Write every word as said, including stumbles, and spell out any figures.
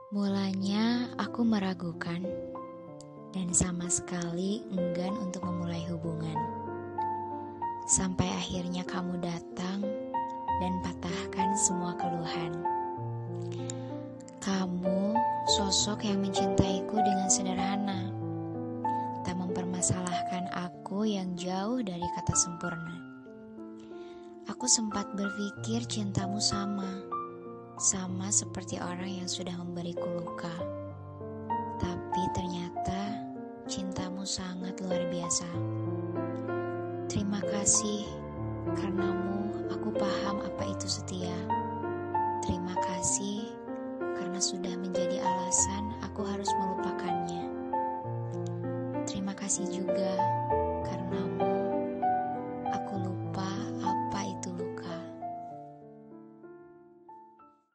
Mulanya aku meragukan dan sama sekali enggan untuk memulai hubungan. Sampai akhirnya kamu datang dan patahkan semua keluhan. Kamu sosok yang mencintaiku dengan sederhana, tak mempermasalahkan aku yang jauh dari kata sempurna. Aku sempat berpikir cintamu sama, sama seperti orang yang sudah memberiku luka. Tapi ternyata cintamu sangat luar biasa. Terima kasih, karenamu aku paham apa itu setia. Terima kasih karena sudah menjadi alasan aku harus melupakannya. Terima kasih juga